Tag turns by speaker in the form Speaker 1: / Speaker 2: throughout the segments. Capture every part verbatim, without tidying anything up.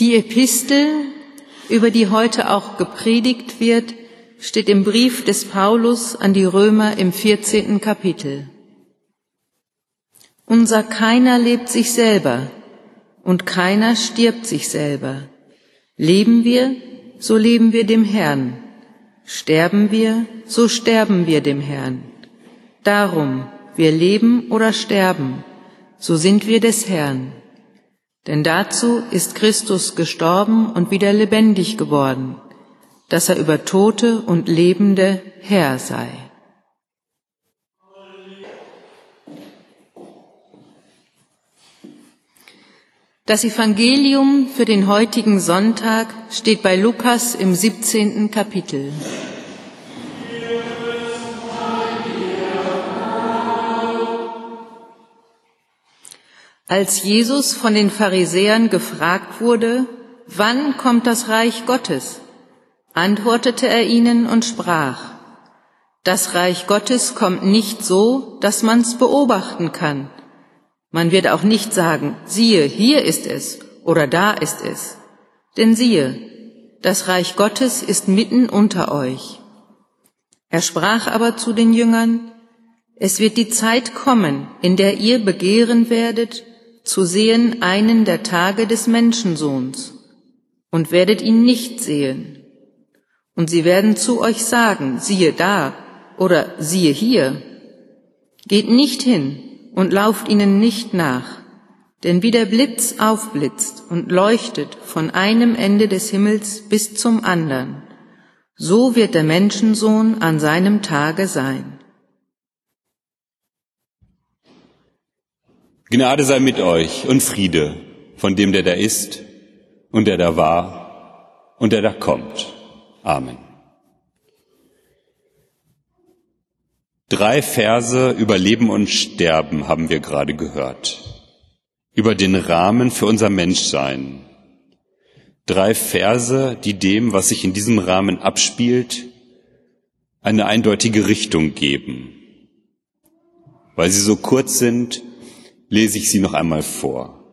Speaker 1: Die Epistel, über die heute auch gepredigt wird, steht im Brief des Paulus an die Römer im vierzehnten Kapitel. Unser keiner lebt sich selber und keiner stirbt sich selber. Leben wir, so leben wir dem Herrn. Sterben wir, so sterben wir dem Herrn. Darum, wir leben oder sterben, so sind wir des Herrn. Denn dazu ist Christus gestorben und wieder lebendig geworden, dass er über Tote und Lebende Herr sei. Das Evangelium für den heutigen Sonntag steht bei Lukas im siebzehnten Kapitel. Als Jesus von den Pharisäern gefragt wurde, wann kommt das Reich Gottes, antwortete er ihnen und sprach, das Reich Gottes kommt nicht so, dass man's beobachten kann. Man wird auch nicht sagen, siehe, hier ist es oder da ist es. Denn siehe, das Reich Gottes ist mitten unter euch. Er sprach aber zu den Jüngern, es wird die Zeit kommen, in der ihr begehren werdet, zu sehen einen der Tage des Menschensohns, und werdet ihn nicht sehen. Und sie werden zu euch sagen, siehe da oder siehe hier. Geht nicht hin und lauft ihnen nicht nach, denn wie der Blitz aufblitzt und leuchtet von einem Ende des Himmels bis zum andern, so wird der Menschensohn an seinem Tage sein.
Speaker 2: Gnade sei mit euch und Friede von dem, der da ist und der da war und der da kommt. Amen. Drei Verse über Leben und Sterben haben wir gerade gehört. Über den Rahmen für unser Menschsein. Drei Verse, die dem, was sich in diesem Rahmen abspielt, eine eindeutige Richtung geben. Weil sie so kurz sind, lese ich sie noch einmal vor.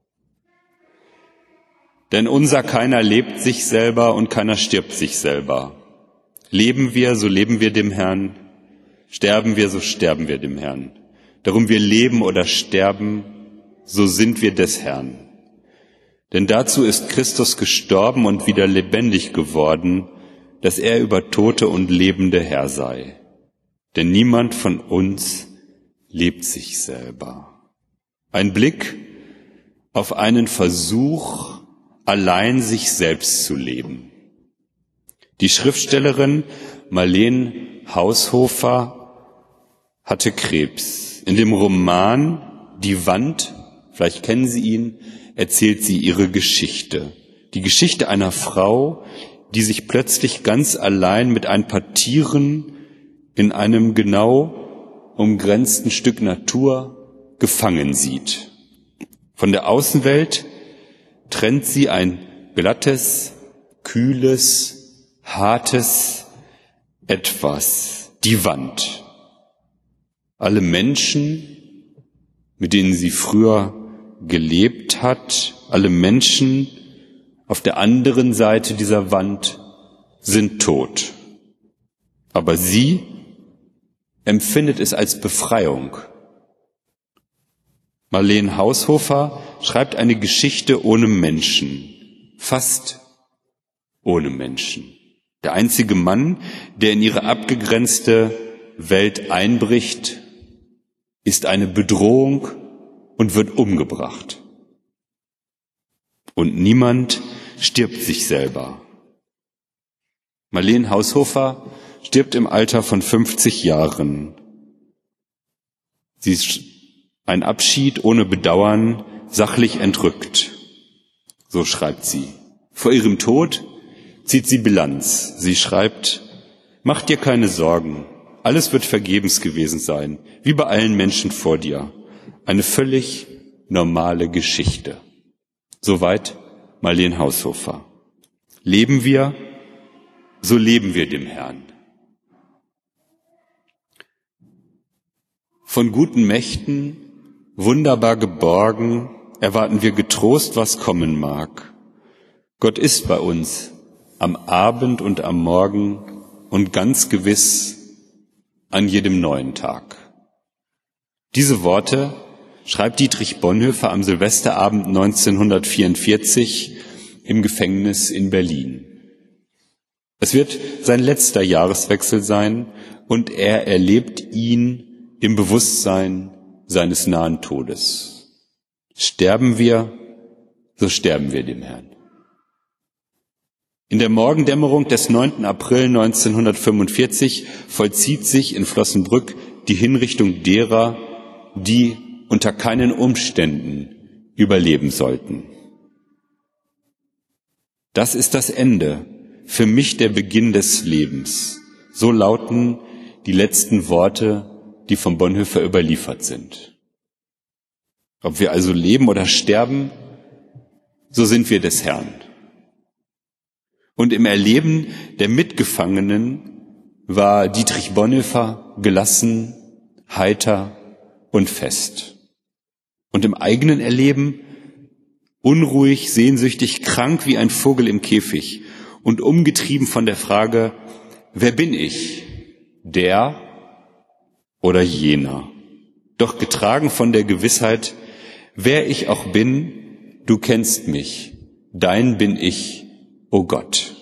Speaker 2: Denn unser keiner lebt sich selber und keiner stirbt sich selber. Leben wir, so leben wir dem Herrn. Sterben wir, so sterben wir dem Herrn. Darum wir leben oder sterben, so sind wir des Herrn. Denn dazu ist Christus gestorben und wieder lebendig geworden, dass er über Tote und Lebende Herr sei. Denn niemand von uns lebt sich selber. Ein Blick auf einen Versuch, allein sich selbst zu leben. Die Schriftstellerin Marleen Haushofer hatte Krebs. In dem Roman Die Wand, vielleicht kennen Sie ihn, erzählt sie ihre Geschichte. Die Geschichte einer Frau, die sich plötzlich ganz allein mit ein paar Tieren in einem genau umgrenzten Stück Natur gefangen sieht. Von der Außenwelt trennt sie ein glattes, kühles, hartes Etwas, die Wand. Alle Menschen, mit denen sie früher gelebt hat, alle Menschen auf der anderen Seite dieser Wand sind tot. Aber sie empfindet es als Befreiung. Marleen Haushofer schreibt eine Geschichte ohne Menschen, fast ohne Menschen. Der einzige Mann, der in ihre abgegrenzte Welt einbricht, ist eine Bedrohung und wird umgebracht. Und niemand stirbt sich selber. Marleen Haushofer stirbt im Alter von fünfzig Jahren. Sie ist ein Abschied ohne Bedauern, sachlich entrückt. So schreibt sie. Vor ihrem Tod zieht sie Bilanz. Sie schreibt, mach dir keine Sorgen. Alles wird vergebens gewesen sein, wie bei allen Menschen vor dir. Eine völlig normale Geschichte. Soweit Marleen Haushofer. Leben wir, so leben wir dem Herrn. Von guten Mächten, wunderbar geborgen, erwarten wir getrost, was kommen mag. Gott ist bei uns am Abend und am Morgen und ganz gewiss an jedem neuen Tag. Diese Worte schreibt Dietrich Bonhoeffer am Silvesterabend neunzehnhundertvierundvierzig im Gefängnis in Berlin. Es wird sein letzter Jahreswechsel sein und er erlebt ihn im Bewusstsein seines nahen Todes. Sterben wir, so sterben wir dem Herrn. In der Morgendämmerung des neunten April neunzehnhundertfünfundvierzig vollzieht sich in Flossenbrück die Hinrichtung derer, die unter keinen Umständen überleben sollten. Das ist das Ende, für mich der Beginn des Lebens. So lauten die letzten Worte, die von Bonhoeffer überliefert sind. Ob wir also leben oder sterben, so sind wir des Herrn. Und im Erleben der Mitgefangenen war Dietrich Bonhoeffer gelassen, heiter und fest. Und im eigenen Erleben unruhig, sehnsüchtig, krank wie ein Vogel im Käfig und umgetrieben von der Frage, wer bin ich? Der oder jener? Doch getragen von der Gewissheit, wer ich auch bin, du kennst mich, dein bin ich, o Gott.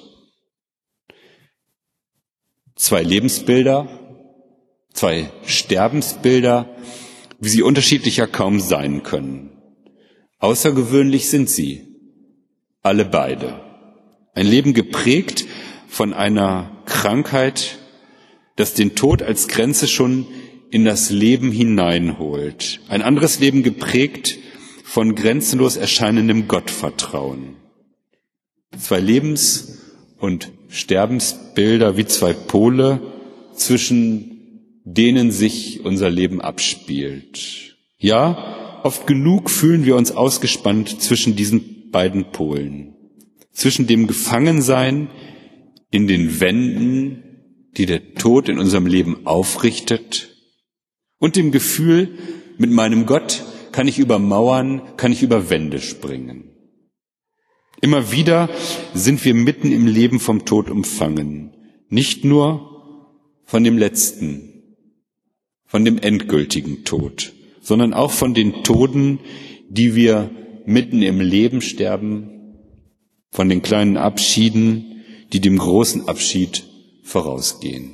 Speaker 2: Zwei Lebensbilder, zwei Sterbensbilder, wie sie unterschiedlicher kaum sein können. Außergewöhnlich sind sie, alle beide. Ein Leben geprägt von einer Krankheit, das den Tod als Grenze schon in das Leben hineinholt. Ein anderes Leben geprägt von grenzenlos erscheinendem Gottvertrauen. Zwei Lebens- und Sterbensbilder wie zwei Pole, zwischen denen sich unser Leben abspielt. Ja, oft genug fühlen wir uns ausgespannt zwischen diesen beiden Polen. Zwischen dem Gefangensein in den Wänden, die der Tod in unserem Leben aufrichtet, und dem Gefühl, mit meinem Gott kann ich über Mauern, kann ich über Wände springen. Immer wieder sind wir mitten im Leben vom Tod umfangen. Nicht nur von dem letzten, von dem endgültigen Tod, sondern auch von den Toden, die wir mitten im Leben sterben, von den kleinen Abschieden, die dem großen Abschied vorausgehen.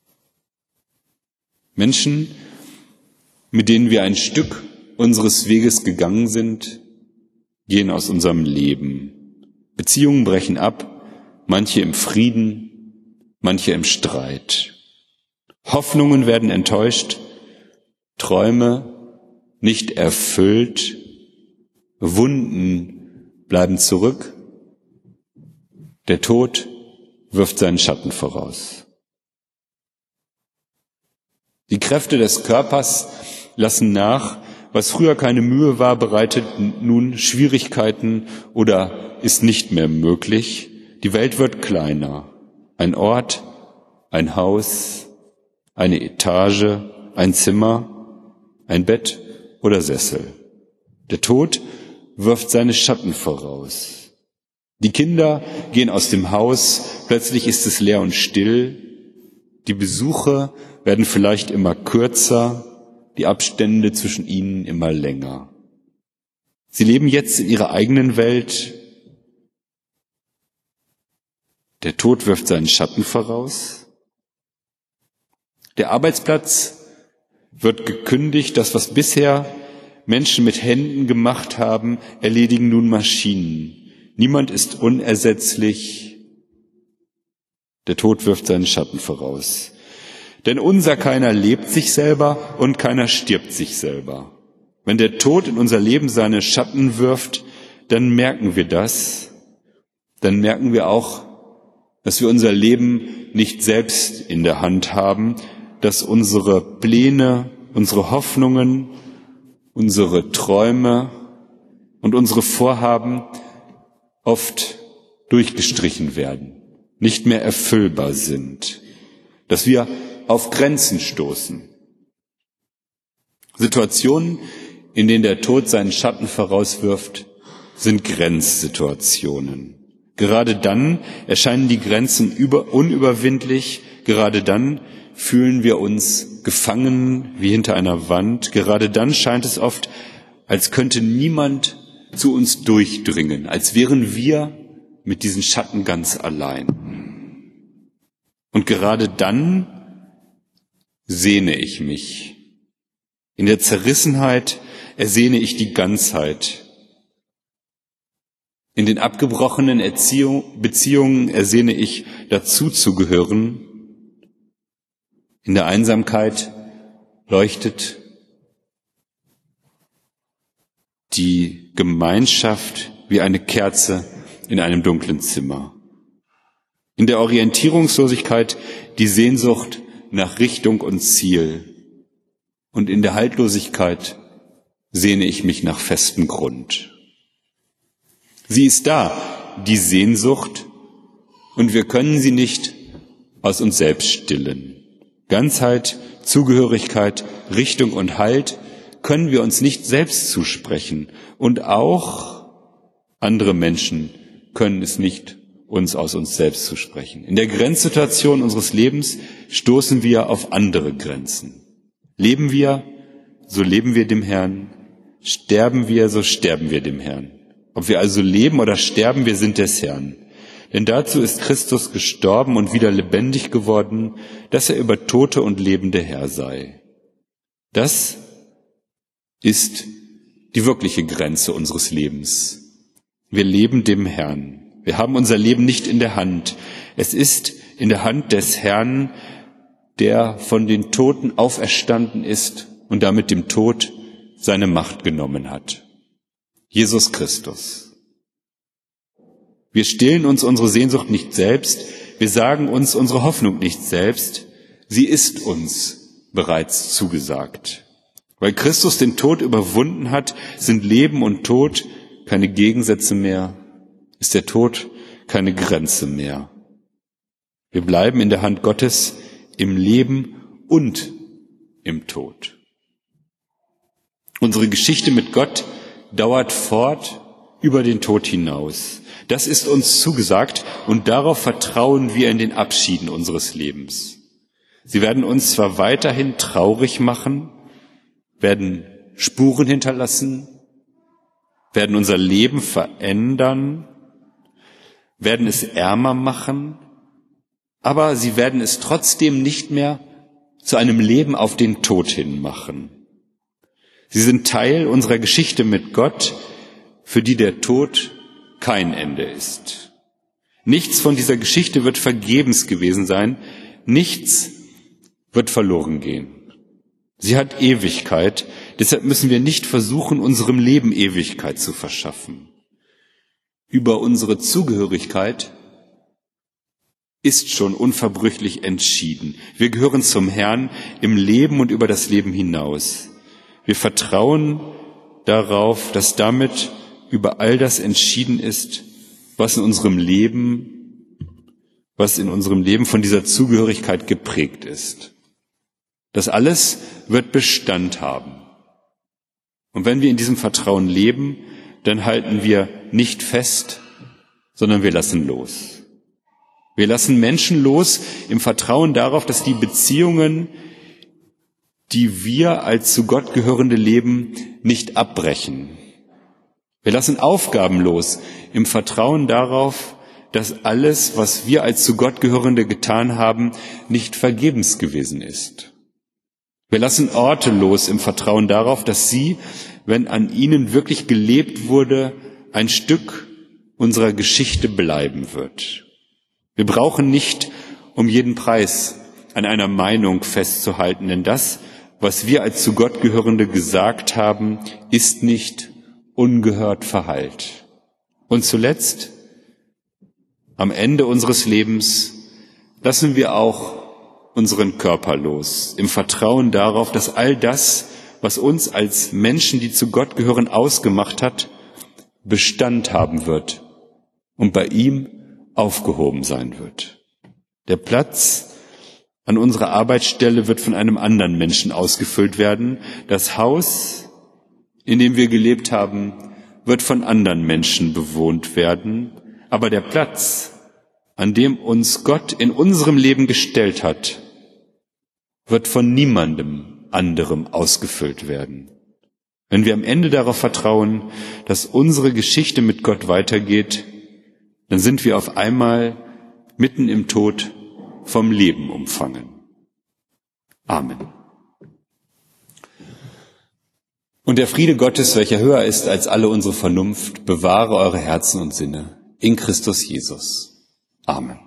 Speaker 2: Menschen, mit denen wir ein Stück unseres Weges gegangen sind, gehen aus unserem Leben. Beziehungen brechen ab, manche im Frieden, manche im Streit. Hoffnungen werden enttäuscht, Träume nicht erfüllt, Wunden bleiben zurück. Der Tod wirft seinen Schatten voraus. Die Kräfte des Körpers lassen nach. Was früher keine Mühe war, bereitet nun Schwierigkeiten oder ist nicht mehr möglich. Die Welt wird kleiner. Ein Ort, ein Haus, eine Etage, ein Zimmer, ein Bett oder Sessel. Der Tod wirft seine Schatten voraus. Die Kinder gehen aus dem Haus, plötzlich ist es leer und still. Die Besuche werden vielleicht immer kürzer, die Abstände zwischen ihnen immer länger. Sie leben jetzt in ihrer eigenen Welt. Der Tod wirft seinen Schatten voraus. Der Arbeitsplatz wird gekündigt. Das, was bisher Menschen mit Händen gemacht haben, erledigen nun Maschinen. Niemand ist unersetzlich. Der Tod wirft seinen Schatten voraus. Denn unser keiner lebt sich selber und keiner stirbt sich selber. Wenn der Tod in unser Leben seine Schatten wirft, dann merken wir das. Dann merken wir auch, dass wir unser Leben nicht selbst in der Hand haben, dass unsere Pläne, unsere Hoffnungen, unsere Träume und unsere Vorhaben oft durchgestrichen werden, nicht mehr erfüllbar sind, dass wir auf Grenzen stoßen. Situationen, in denen der Tod seinen Schatten vorauswirft, sind Grenzsituationen. Gerade dann erscheinen die Grenzen über, unüberwindlich. Gerade dann fühlen wir uns gefangen wie hinter einer Wand. Gerade dann scheint es oft, als könnte niemand zu uns durchdringen, als wären wir mit diesen Schatten ganz allein. Und gerade dann sehne ich mich. In der Zerrissenheit ersehne ich die Ganzheit. In den abgebrochenen Erziehung, Beziehungen ersehne ich, dazuzugehören. In der Einsamkeit leuchtet die Gemeinschaft wie eine Kerze in einem dunklen Zimmer. In der Orientierungslosigkeit die Sehnsucht nach Richtung und Ziel. Und in der Haltlosigkeit sehne ich mich nach festem Grund. Sie ist da, die Sehnsucht, und wir können sie nicht aus uns selbst stillen. Ganzheit, Zugehörigkeit, Richtung und Halt können wir uns nicht selbst zusprechen. Und auch andere Menschen können es nicht uns aus uns selbst zusprechen. In der Grenzsituation unseres Lebens stoßen wir auf andere Grenzen. Leben wir, so leben wir dem Herrn. Sterben wir, so sterben wir dem Herrn. Ob wir also leben oder sterben, wir sind des Herrn. Denn dazu ist Christus gestorben und wieder lebendig geworden, dass er über Tote und Lebende Herr sei. Das ist die wirkliche Grenze unseres Lebens. Wir leben dem Herrn. Wir haben unser Leben nicht in der Hand. Es ist in der Hand des Herrn, der von den Toten auferstanden ist und damit dem Tod seine Macht genommen hat. Jesus Christus. Wir stillen uns unsere Sehnsucht nicht selbst, wir sagen uns unsere Hoffnung nicht selbst, sie ist uns bereits zugesagt. Weil Christus den Tod überwunden hat, sind Leben und Tod keine Gegensätze mehr, ist der Tod keine Grenze mehr. Wir bleiben in der Hand Gottes im Leben und im Tod. Unsere Geschichte mit Gott dauert fort über den Tod hinaus. Das ist uns zugesagt und darauf vertrauen wir in den Abschieden unseres Lebens. Sie werden uns zwar weiterhin traurig machen, werden Spuren hinterlassen, werden unser Leben verändern, werden es ärmer machen, aber sie werden es trotzdem nicht mehr zu einem Leben auf den Tod hin machen. Sie sind Teil unserer Geschichte mit Gott, für die der Tod kein Ende ist. Nichts von dieser Geschichte wird vergebens gewesen sein, nichts wird verloren gehen. Sie hat Ewigkeit, deshalb müssen wir nicht versuchen, unserem Leben Ewigkeit zu verschaffen. Über unsere Zugehörigkeit ist schon unverbrüchlich entschieden. Wir gehören zum Herrn im Leben und über das Leben hinaus. Wir vertrauen darauf, dass damit über all das entschieden ist, was in unserem Leben, was in unserem Leben von dieser Zugehörigkeit geprägt ist. Das alles wird Bestand haben. Und wenn wir in diesem Vertrauen leben, dann halten wir nicht fest, sondern wir lassen los. Wir lassen Menschen los im Vertrauen darauf, dass die Beziehungen, die wir als zu Gott gehörende leben, nicht abbrechen. Wir lassen Aufgaben los im Vertrauen darauf, dass alles, was wir als zu Gott gehörende getan haben, nicht vergebens gewesen ist. Wir lassen Orte los im Vertrauen darauf, dass sie, wenn an ihnen wirklich gelebt wurde, ein Stück unserer Geschichte bleiben wird. Wir brauchen nicht um jeden Preis an einer Meinung festzuhalten, denn das, was wir als zu Gott gehörende gesagt haben, ist nicht ungehört verhallt. Und zuletzt, am Ende unseres Lebens, lassen wir auch unseren Körper los, im Vertrauen darauf, dass all das, was uns als Menschen, die zu Gott gehören, ausgemacht hat, Bestand haben wird und bei ihm aufgehoben sein wird. Der Platz an unserer Arbeitsstelle wird von einem anderen Menschen ausgefüllt werden. Das Haus, in dem wir gelebt haben, wird von anderen Menschen bewohnt werden. Aber der Platz, an dem uns Gott in unserem Leben gestellt hat, wird von niemandem anderem ausgefüllt werden. Wenn wir am Ende darauf vertrauen, dass unsere Geschichte mit Gott weitergeht, dann sind wir auf einmal mitten im Tod vom Leben umfangen. Amen. Und der Friede Gottes, welcher höher ist als alle unsere Vernunft, bewahre eure Herzen und Sinne in Christus Jesus. Amen.